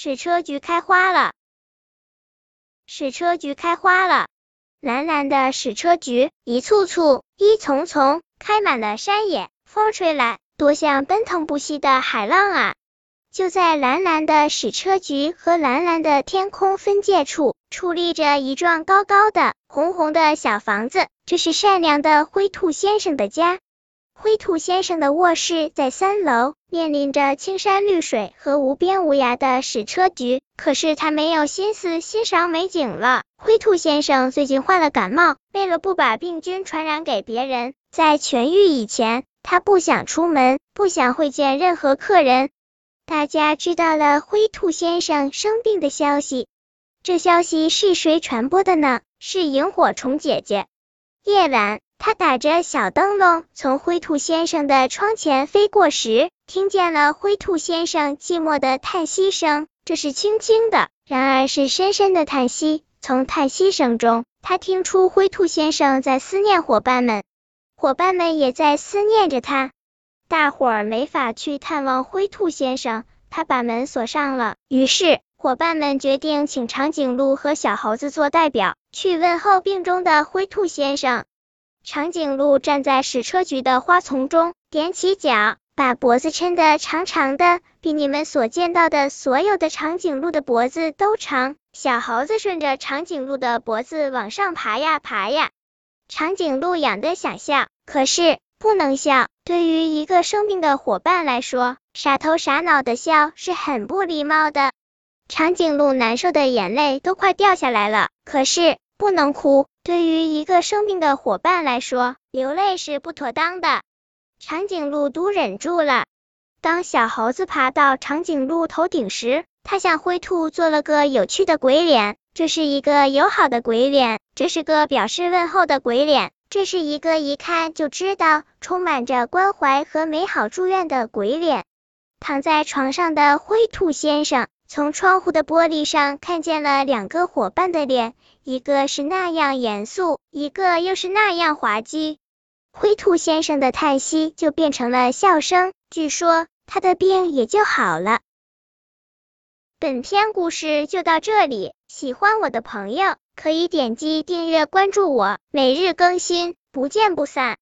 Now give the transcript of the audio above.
矢车菊开花了。矢车菊开花了，蓝蓝的矢车菊，一簇簇，一丛丛，开满了山野。风吹来，多像奔腾不息的海浪啊！就在蓝蓝的矢车菊和蓝蓝的天空分界处，矗立着一幢高高的、红红的小房子，这是善良的灰兔先生的家。灰兔先生的卧室在3楼，面临着青山绿水和无边无涯的矢车菊，可是他没有心思欣赏美景了。灰兔先生最近患了感冒，为了不把病菌传染给别人，在痊愈以前，他不想出门，不想会见任何客人。大家知道了灰兔先生生病的消息，这消息是谁传播的呢？是萤火虫姐姐。夜晚，他打着小灯笼从灰兔先生的窗前飞过时，听见了灰兔先生寂寞的叹息声，这是轻轻的，然而是深深的叹息。从叹息声中，他听出灰兔先生在思念伙伴们，伙伴们也在思念着他。大伙儿没法去探望灰兔先生，他把门锁上了。于是伙伴们决定请长颈鹿和小猴子做代表，去问候病中的灰兔先生。长颈鹿站在矢车菊的花丛中，踮起脚，把脖子抻得长长的，比你们所见到的所有的长颈鹿的脖子都长。小猴子顺着长颈鹿的脖子往上爬呀爬呀。长颈鹿痒得想笑，可是不能笑。对于一个生病的伙伴来说，傻头傻脑的笑是很不礼貌的。长颈鹿难受的眼泪都快掉下来了，可是不能哭。对于一个生病的伙伴来说，流泪是不妥当的。长颈鹿都忍住了。当小猴子爬到长颈鹿头顶时，它向灰兔做了个有趣的鬼脸，这是一个友好的鬼脸，这是个表示问候的鬼脸，这是一个一看就知道充满着关怀和美好祝愿的鬼脸。躺在床上的灰兔先生从窗户的玻璃上看见了2个伙伴的脸，一个是那样严肃，一个又是那样滑稽。灰兔先生的叹息就变成了笑声，据说他的病也就好了。本篇故事就到这里，喜欢我的朋友可以点击订阅关注我，每日更新，不见不散。